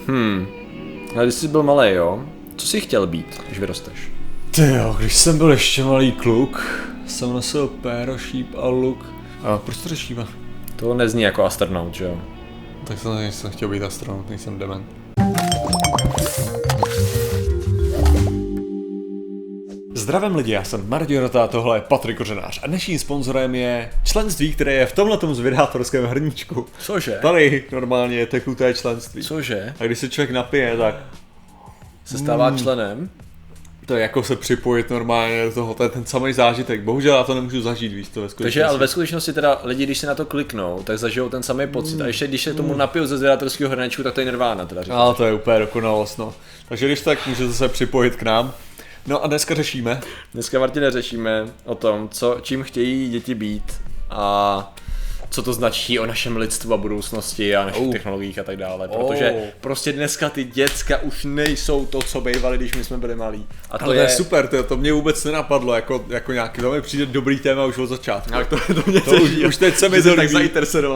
Ale když jsi byl malej, jo? Co jsi chtěl být, když vyrosteš? Tyjo, když jsem byl ještě malý kluk, jsem nosil péro, šíp a luk. A proč to řešíme? To nezní jako astronaut, že jo? Tak jsem chtěl být astronaut, nejsem dement. Zdravím lidi, já jsem Martin Rota, tohle je Patrik Kořenář a dnešním sponzorem je členství, které je v tomhletom zvědátorském hrníčku. Cože? Tady normálně je tekuté členství. Cože? A když se člověk napije, tak Se stává členem? to je jako se připojit normálně do toho, to je ten samý zážitek. Bohužel já to nemůžu zažít, víš to ve skutečnosti. Takže ale ve skutečnosti teda lidi, když si na to kliknou, tak zažijou ten samý pocit. A ještě když se tomu napijou ze zvědátorského hrnečku, tak to je nirvána teda. Ale to je úplně dokonalost, no. Takže když tak můžete se připojit k nám. No a dneska řešíme. Dneska, Martine, řešíme o tom, čím chtějí děti být a co to značí o našem lidstvu a budoucnosti a našich technologiích a tak dále. Protože prostě dneska ty děcka už nejsou to, co bývaly, když my jsme byli malí. A to je super, to mě vůbec nenapadlo, jako nějaký, to mi přijde dobrý téma už od začátku. Tak to mě těší, už teď se mi to líbí.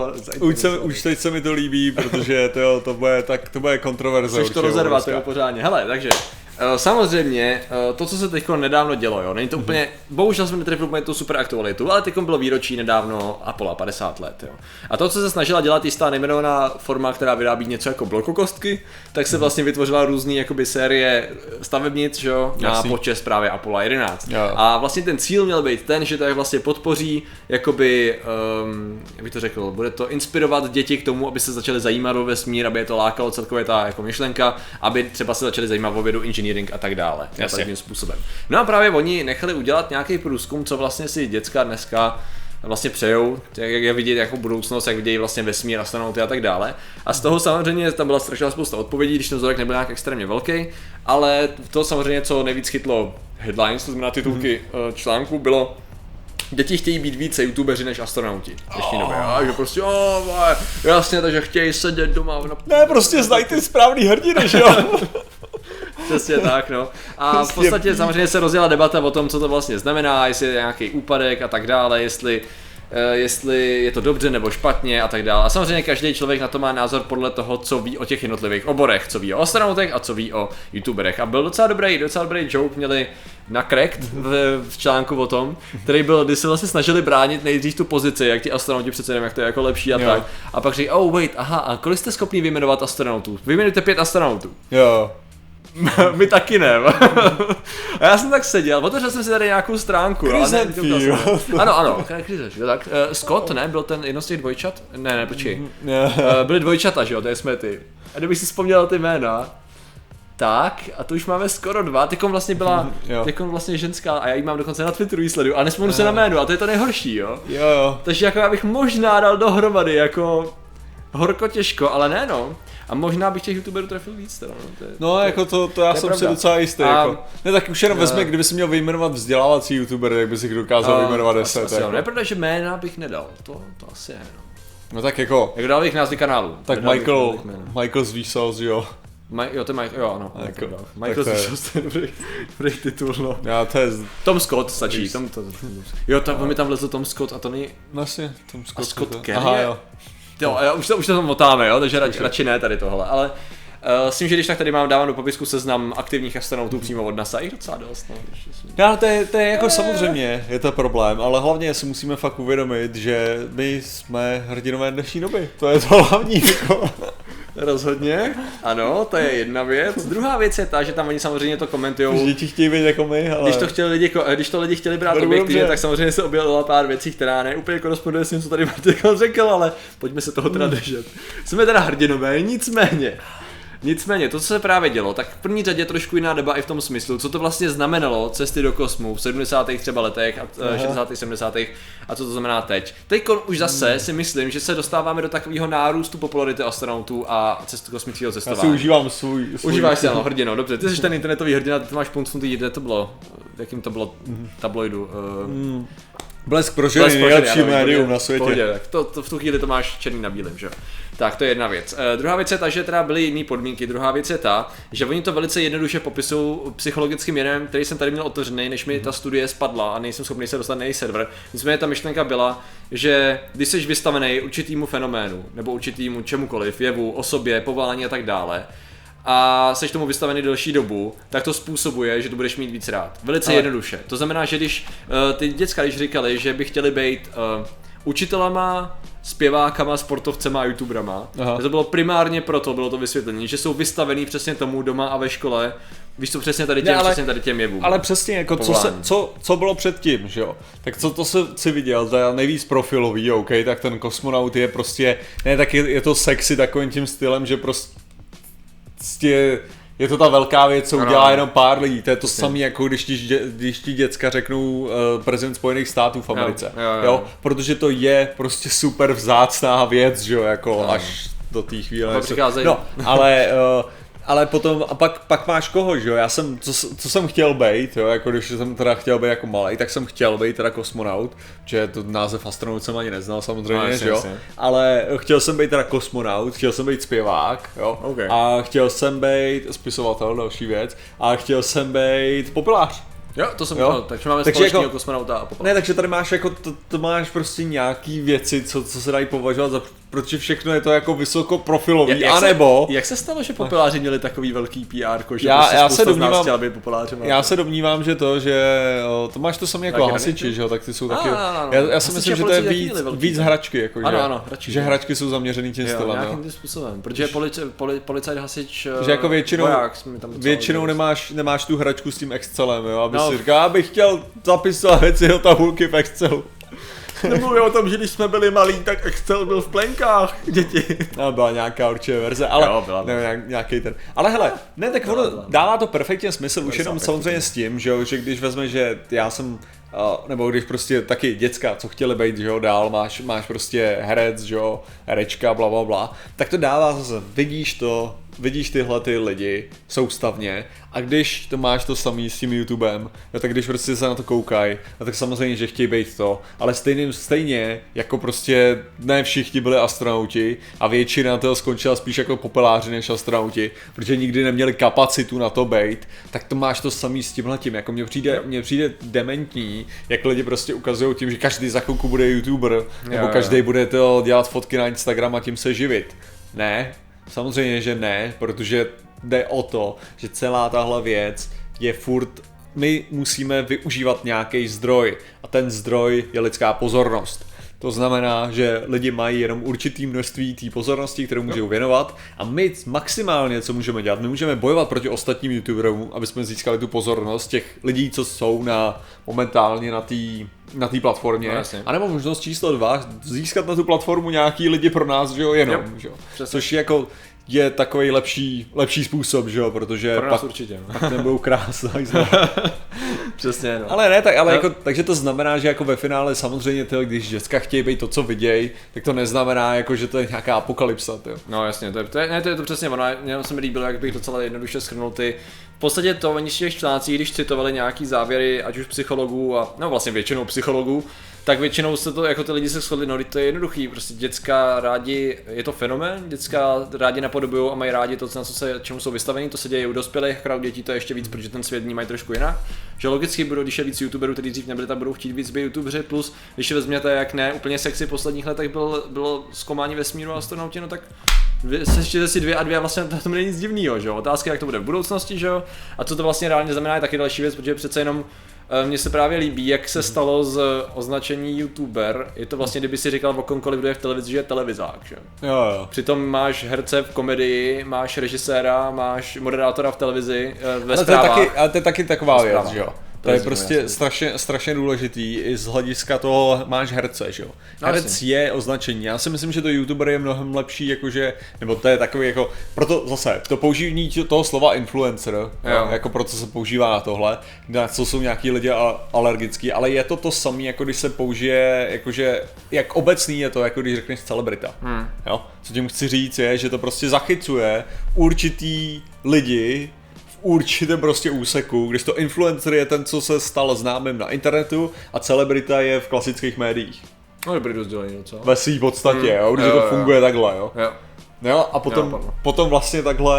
Už teď se mi to líbí, protože to bude kontroverze. Chceš to rozervat, jo, pořádně. Hele, takže samozřejmě, to, co se teď nedávno dělo, jo, není to úplně, bohužel jsme netrefili úplně tu super aktualitu, ale teď bylo výročí nedávno Apollo 50 let, jo. A to, co se snažila dělat jistá nejmenovaná forma, která vyrábí něco jako blokokostky, tak se vlastně vytvořila různý jakoby série stavebnic, jo, na počest právě Apollo 11. Jo. A vlastně ten cíl měl být ten, že to je vlastně podpoří, jakoby, jak bych to řekl, bude to inspirovat děti k tomu, aby se začaly zajímat o vesmír, aby je to lákalo celkově ta jako myšlenka, aby třeba se začaly zajímat o vědu, inženýring a tak dále. Takovým způsobem. No a právě oni nechali udělat nějaký průzkum, co vlastně si děcka dneska vlastně přejou, jak vidět jako budoucnost, jak vidějí vlastně vesmír, astronauty a tak dále. A z toho samozřejmě tam byla strašná spousta odpovědí, když ten vzorek nebyl nějak extrémně velký, ale to samozřejmě, co nejvíc chytlo headlines, to znamená titulky článku, bylo: děti chtějí být více youtubeři než astronauti v dnešní době. A že prostě, jasně, takže chtějí sedět doma. Ne, prostě znají ty správný hrdiny, že jo? Přesně tak, no. A v podstatě samozřejmě se rozjela debata o tom, co to vlastně znamená, jestli je nějaký úpadek a tak dále, jestli je to dobře nebo špatně a tak dále. A samozřejmě každý člověk na to má názor podle toho, co ví o těch jednotlivých oborech, co ví o astronautech a co ví o youtuberech. A byl docela dobrý joke měli na Cracked v článku o tom, který byl, kdy se vlastně snažili bránit nejdřív tu pozici, jak ti astronauti přece nevím, jak to je jako lepší a tak. A pak říkají, a kolik jste schopni vyjmenovat astronautů? Vyjmenujte 5 astronautů. Jo. My taky ne. A já jsem tak seděl, otevřel jsem si tady nějakou stránku. Ano, tak. Scott, ne, byl ten jedno z těch dvojčat? Ne, počkej. Byly dvojčata, že jo, to je Smety. A kdybych si vzpomněl ty jména, tak, a to už máme skoro 2, teďkom vlastně byla vlastně ženská a já ji mám dokonce na Twitteru, jí sleduju a nespomenu se na jméno a to je to nejhorší, jo. Takže jako já bych možná dal dohromady, jako horko těžko, ale ne no. A možná bych těch youtuberů trefil víc teda, jako to já jsem si docela jistý, jako. Ne, tak už jenom vezme, kdyby si měl vyjmenovat vzdělávací youtuber, tak by si dokázal vyjmenovat 10. Jako. Ne, protože jména bych nedal, to asi je, no. No tak jako. Jak dal bych názvy kanálu. Tak Michael z Vsauce, jo. Michael z Vsauce, dobrý titul, no. Já, to je... Tom Scott stačí, mi tam vlezl Tom Scott a to není... Vlastně, Tom Scott. A Scott Kelly. Aha, jo. Už to tam motáme, jo, takže radši ne tady tohle, ale s tím, že když tak tady dávám do popisku seznam aktivních astronautů přímo od NASA, jich docela dost, no. No, to je jako samozřejmě, je to problém, ale hlavně si musíme fakt uvědomit, že my jsme hrdinové dnešní doby, to je to hlavní, jako. Rozhodně, ano, to je jedna věc. Druhá věc je ta, že tam oni samozřejmě to komentujou. Děti chtějí být jako my, ale... Když to lidi chtěli brát objektivně, tak samozřejmě se objevila pár věcí, která ne úplně koresponduje s tím, co tady Martin řekl, ale pojďme se toho teda držet. Jsme teda hrdinové, Nicméně, to, co se právě dělo, tak v první řadě trošku jiná deba i v tom smyslu, co to vlastně znamenalo cesty do kosmu v 70. třeba letech a 60. 70. a co to znamená teď. Teď už zase si myslím, že se dostáváme do takového nárůstu popularity astronautů a kosmického cestování. Já si užívám svůj... Užíváš si, ano, hrdino, dobře. Ty jsi ten internetový hrdina, ty máš puncnutý, kde to bylo? V jakým to bylo tabloidu? Blesk pro ženy, nejlepší médium na světě. Pohodě, tak v tu chvíli to máš černý na bílém, že jo. Tak to je jedna věc. Druhá věc je ta, že teda byly jiné podmínky. Druhá věc je ta, že oni to velice jednoduše popisují psychologickým jenem, který jsem tady měl otevřený, než mi ta studie spadla a nejsem schopný se dostat na její server. Nicméně ta myšlenka byla, že když jsi vystavený určitýmu fenoménu nebo určitýmu čemukoliv, jevu, osobě, povolání a tak dále, a seš tomu vystavený delší dobu, tak to způsobuje, že to budeš mít víc rád. Velice jednoduše. To znamená, že když ty děcka, když říkali, že by chtěli být učitelama, zpěvákama, sportovcema a youtuberama, to bylo primárně proto, bylo to vysvětlení, že jsou vystavený přesně tomu doma a ve škole, víš co, přesně tady těm jevům. Ale přesně, jako co bylo předtím, že jo? Tak co to si viděl, to je nejvíc profilový, OK, tak ten kosmonaut je prostě, ne, tak je to sexy takovým tím stylem, že prostě je to ta velká věc, co udělá jenom pár lidí. To je to samé, jako když ti děcka řeknou prezident Spojených států v Americe. Jo. Protože to je prostě super vzácná věc, že jo, jako až do té chvíle. No, ale potom, a pak máš koho, že jo, co jsem chtěl být, jo, jako když jsem teda chtěl být jako malej, tak jsem chtěl být teda kosmonaut, že to název astronaut jsem ani neznal samozřejmě, že jo, ale chtěl jsem být teda kosmonaut, chtěl jsem být zpěvák, jo, a chtěl jsem být spisovatel, další věc, a chtěl jsem být popelář. Jo, to jsem chtěl, takže máme společného jako, kosmonauta a popeláře. Ne, takže tady máš jako, to máš prostě nějaký věci, co se dají považovat za, protože všechno je to jako vysokoprofilový, Jak se stalo, že popeláři měli takový velký PR, že já se chtěla být popelářem? Já se domnívám, že to máš to samé jako hasiči, že jo, tak ty jsou taky, já si myslím, že to je víc hračky, jako, ano, hračky, že hračky jsou zaměřený tím stylem, nějakým tím způsobem, protože policajt, hasič, že jako většinou nemáš tu hračku s tím Excelem, jo, aby si říkal, já bych chtěl zapisovat věci do tabulky v Excelu. Nemluvím o tom, že když jsme byli malí, tak Excel byl v plenkách, děti. No, byla nějaká určitě verze, ale nějaký ten. Ale hele, ne, tak ono dává to perfektně smysl, už jenom samozřejmě s tím, že když vezme, že já jsem, nebo když prostě taky děcka, co chtěli být, že jo, dál, máš prostě herec, že jo, herečka, blablabla, tak to dává zase, vidíš tyhle ty lidi soustavně a když to máš to samý s tím YouTubem, tak když prostě se na to koukají, tak samozřejmě, že chtějí být to, ale stejně jako prostě ne všichni byli astronauti a většina toho skončila spíš jako popeláři než astronauti, protože nikdy neměli kapacitu na to být, tak to máš to samý s tímhletím, jako mně přijde dementní, jak lidi prostě ukazují tím, že každý za chvilku bude YouTuber, nebo každý bude to dělat fotky na Instagram a tím se živit. Ne, samozřejmě, že ne, protože jde o to, že celá tahle věc je furt, my musíme využívat nějaký zdroj a ten zdroj je lidská pozornost. To znamená, že lidi mají jenom určitý množství té pozornosti, kterou můžou věnovat a my maximálně, co můžeme dělat, my můžeme bojovat proti ostatním youtuberům, aby jsme získali tu pozornost těch lidí, co jsou momentálně na té platformě, anebo možnost číslo 2, získat na tu platformu nějaký lidi pro nás, že jo, jenom, že jo. Což jako je takový lepší způsob, že jo, protože pro nás určitě. Pak nebudou krásná. Přesně, no. Ale ne, jako, takže to znamená, že jako ve finále samozřejmě když děcka chtějí být to, co vidějí, tak to neznamená, jako, že to je nějaká apokalypsa. Tyjo. No jasně, to je to přesně ono, mě se mi líbilo, jak bych docela jednoduše shrnul ty. V podstatě to oni v těch článcích, když citovali nějaký závěry, ať už psychologů a no vlastně většinou psychologů, tak většinou se to, jako ty lidi se shodli, no to je jednoduchý, prostě děcka rádi, je to fenomén, děcka rádi napodobujou a mají rádi to, čemu jsou vystavení, to se děje u dospělých, u dětí to je ještě víc, protože ten svět vnímají trošku jinak. Že logicky budou, když je víc youtuberů, kteří dřív nebyli, tak budou chtít víc být youtubeři, plus když si vezměte, jak ne úplně sexy v posledních letech bylo zkoumání vesmíru a astronauti, no tak sečtěte si 2 a 2 a vlastně to není nic divného, že jo. Otázka, jak to bude v budoucnosti, že jo. A co to vlastně reálně znamená, je taky další věc, protože přece jenom mně se právě líbí, jak se stalo z označení YouTuber. Je to vlastně, kdyby si říkal o komkoliv, kdo je v televizi, že je televizák, že? Jo. Přitom máš herce v komedii, máš režiséra, máš moderátora v televizi, ve zprávách. Ale to je taky taková věc, že jo? To je prostě strašně důležitý, i z hlediska toho máš herce, že jo. Herec je označení, já si myslím, že to YouTuber je mnohem lepší, jakože, nebo to je takový jako, proto zase, to používání toho slova influencer, jako proto se používá na tohle, na co jsou nějaký lidi alergický, ale je to samé, jako když se použije, jakože, jak obecný je to, jako když řekneš celebrita, jo. Co tím chci říct je, že to prostě zachycuje určitý lidi, určitém prostě úseku, když to influencer je ten, co se stal známým na internetu a celebrita je v klasických médiích. No dobrý rozdělení docela. Ve svý podstatě, jo, když to funguje takhle, jo. Jo, a potom vlastně takhle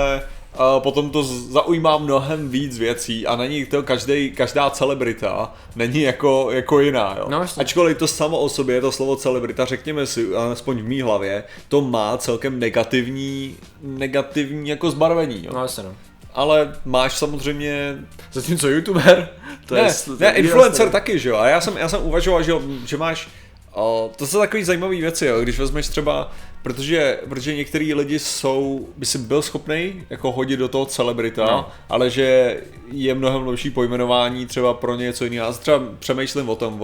potom to zaujímá mnohem víc věcí a není to každá celebrita není jako jiná, jo. No, ačkoliv to samo o sobě, to slovo celebrita, řekněme si, alespoň v mý hlavě, to má celkem negativní jako zbarvení, jo. No jasně, no. Ale máš samozřejmě... Zatímco youtuber, ne, influencer taky, že jo, a já jsem uvažoval, že máš, to jsou takové zajímavé věci, jo, když vezmeš třeba, protože některý lidi by si byl schopný jako hodit do toho celebrita, no. Ale že je mnohem lepší pojmenování třeba pro něco jiného. Já třeba přemýšlím o tom,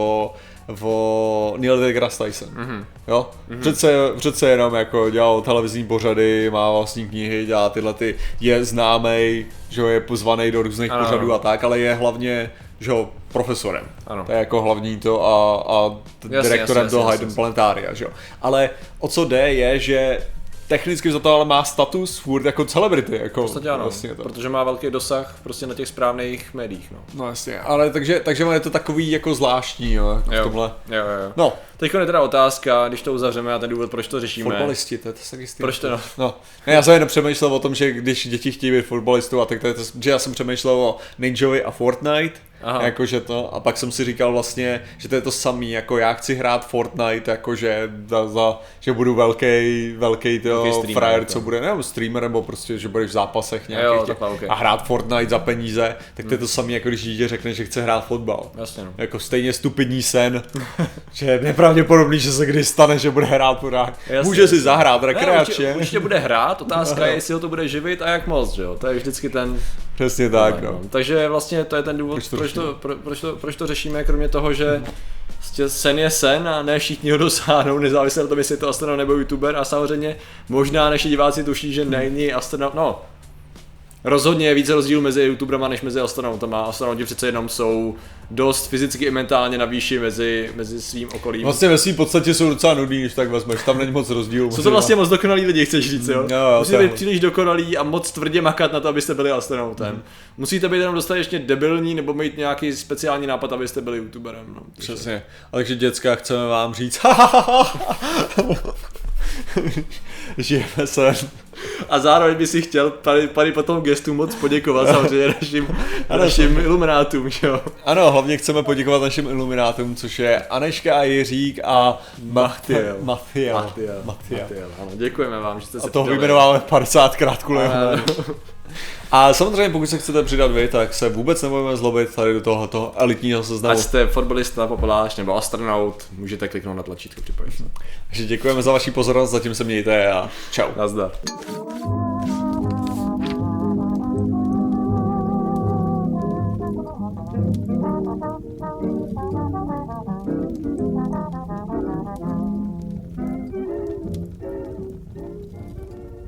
o Neil deGrasse Tyson, jo? Přece jenom jako dělal televizní pořady, má vlastní knihy, dělá je známej, že je pozvaný do různých pořadů a tak, ale je hlavně, že jo, profesorem. Ano. To je jako hlavní to a direktorem toho Hayden Planetária, že jo. Ale o co jde je, že technicky za to ale má status furt jako celebrity, jako vlastně ano, protože má velký dosah prostě na těch správných médiích, no. No jasně, ale takže je to takový jako zvláštní, jo, v tomhle. Jo. No. Teďko je teda otázka, když to uzavřeme a ten důvod, proč to řešíme. Fotbalisti, to je taky jistý. Proč to no? Já jsem jenom přemýšlel o tom, že když děti chtějí být fotbalistou, a tak to je to, že já jsem přemýšlel o Ninjovi a Fortnite. Jakože to, a pak jsem si říkal vlastně, že to je to samý, jako já chci hrát Fortnite, jakože že budu velký frajer, co bude, nebo streamer, nebo prostě, že budeš v zápasech nějakých okay. A hrát Fortnite za peníze, tak to je to samý, jako když dítě řekne, že chce hrát fotbal. Jasně, no. Jako stejně stupidní sen, že je nepravděpodobný, že se kdy stane, že bude hrát pořád. Může si zahrát rekreačně. Určitě bude hrát, otázka je, jestli ho to bude živit a jak moc, že jo, to je vždycky ten... Přesně tak, no. Takže vlastně to je ten důvod, proč to řešíme, kromě toho, že sen je sen a ne všichni ho dosáhnou, nezávisle na tom, jestli je to astronaut nebo youtuber a samozřejmě možná naši diváci tuší, že není astronaut, no. Rozhodně je více rozdílů mezi youtuberama než mezi astronautama. Astronauti přece jenom jsou dost fyzicky i mentálně na výši mezi svým okolím. Vlastně ve svým podstatě jsou docela nudný, když tak vezmeš, tam není moc rozdílů. Jsou to vlastně moc dokonalí lidi, chceš říct, jo? Musíte být příliš dokonalí a moc tvrdě makat na to, abyste byli astronautem. Musíte být jenom dostatečně debilní nebo mít nějaký speciální nápad, abyste byli youtuberem. No. Přesně. Ale takže děcka, chceme vám říct žijeme sen. A zároveň by si chtěl tady po tom gestu moc poděkovat samozřejmě našim iluminátům, že jo? Ano, hlavně chceme poděkovat našim iluminátům, což je Aneška a Jiřík a Matiel. Ano, děkujeme vám, že jste se a toho vyjmenováme 50krát kvůli. A samozřejmě pokud se chcete přidat vy, tak se vůbec nebudeme zlobit tady do tohoto elitního seznamu. Ať jste fotbalista, populář nebo astronaut, můžete kliknout na tlačítko připojit. Takže děkujeme za vaši pozornost, zatím se mějte a čau. Nazdar.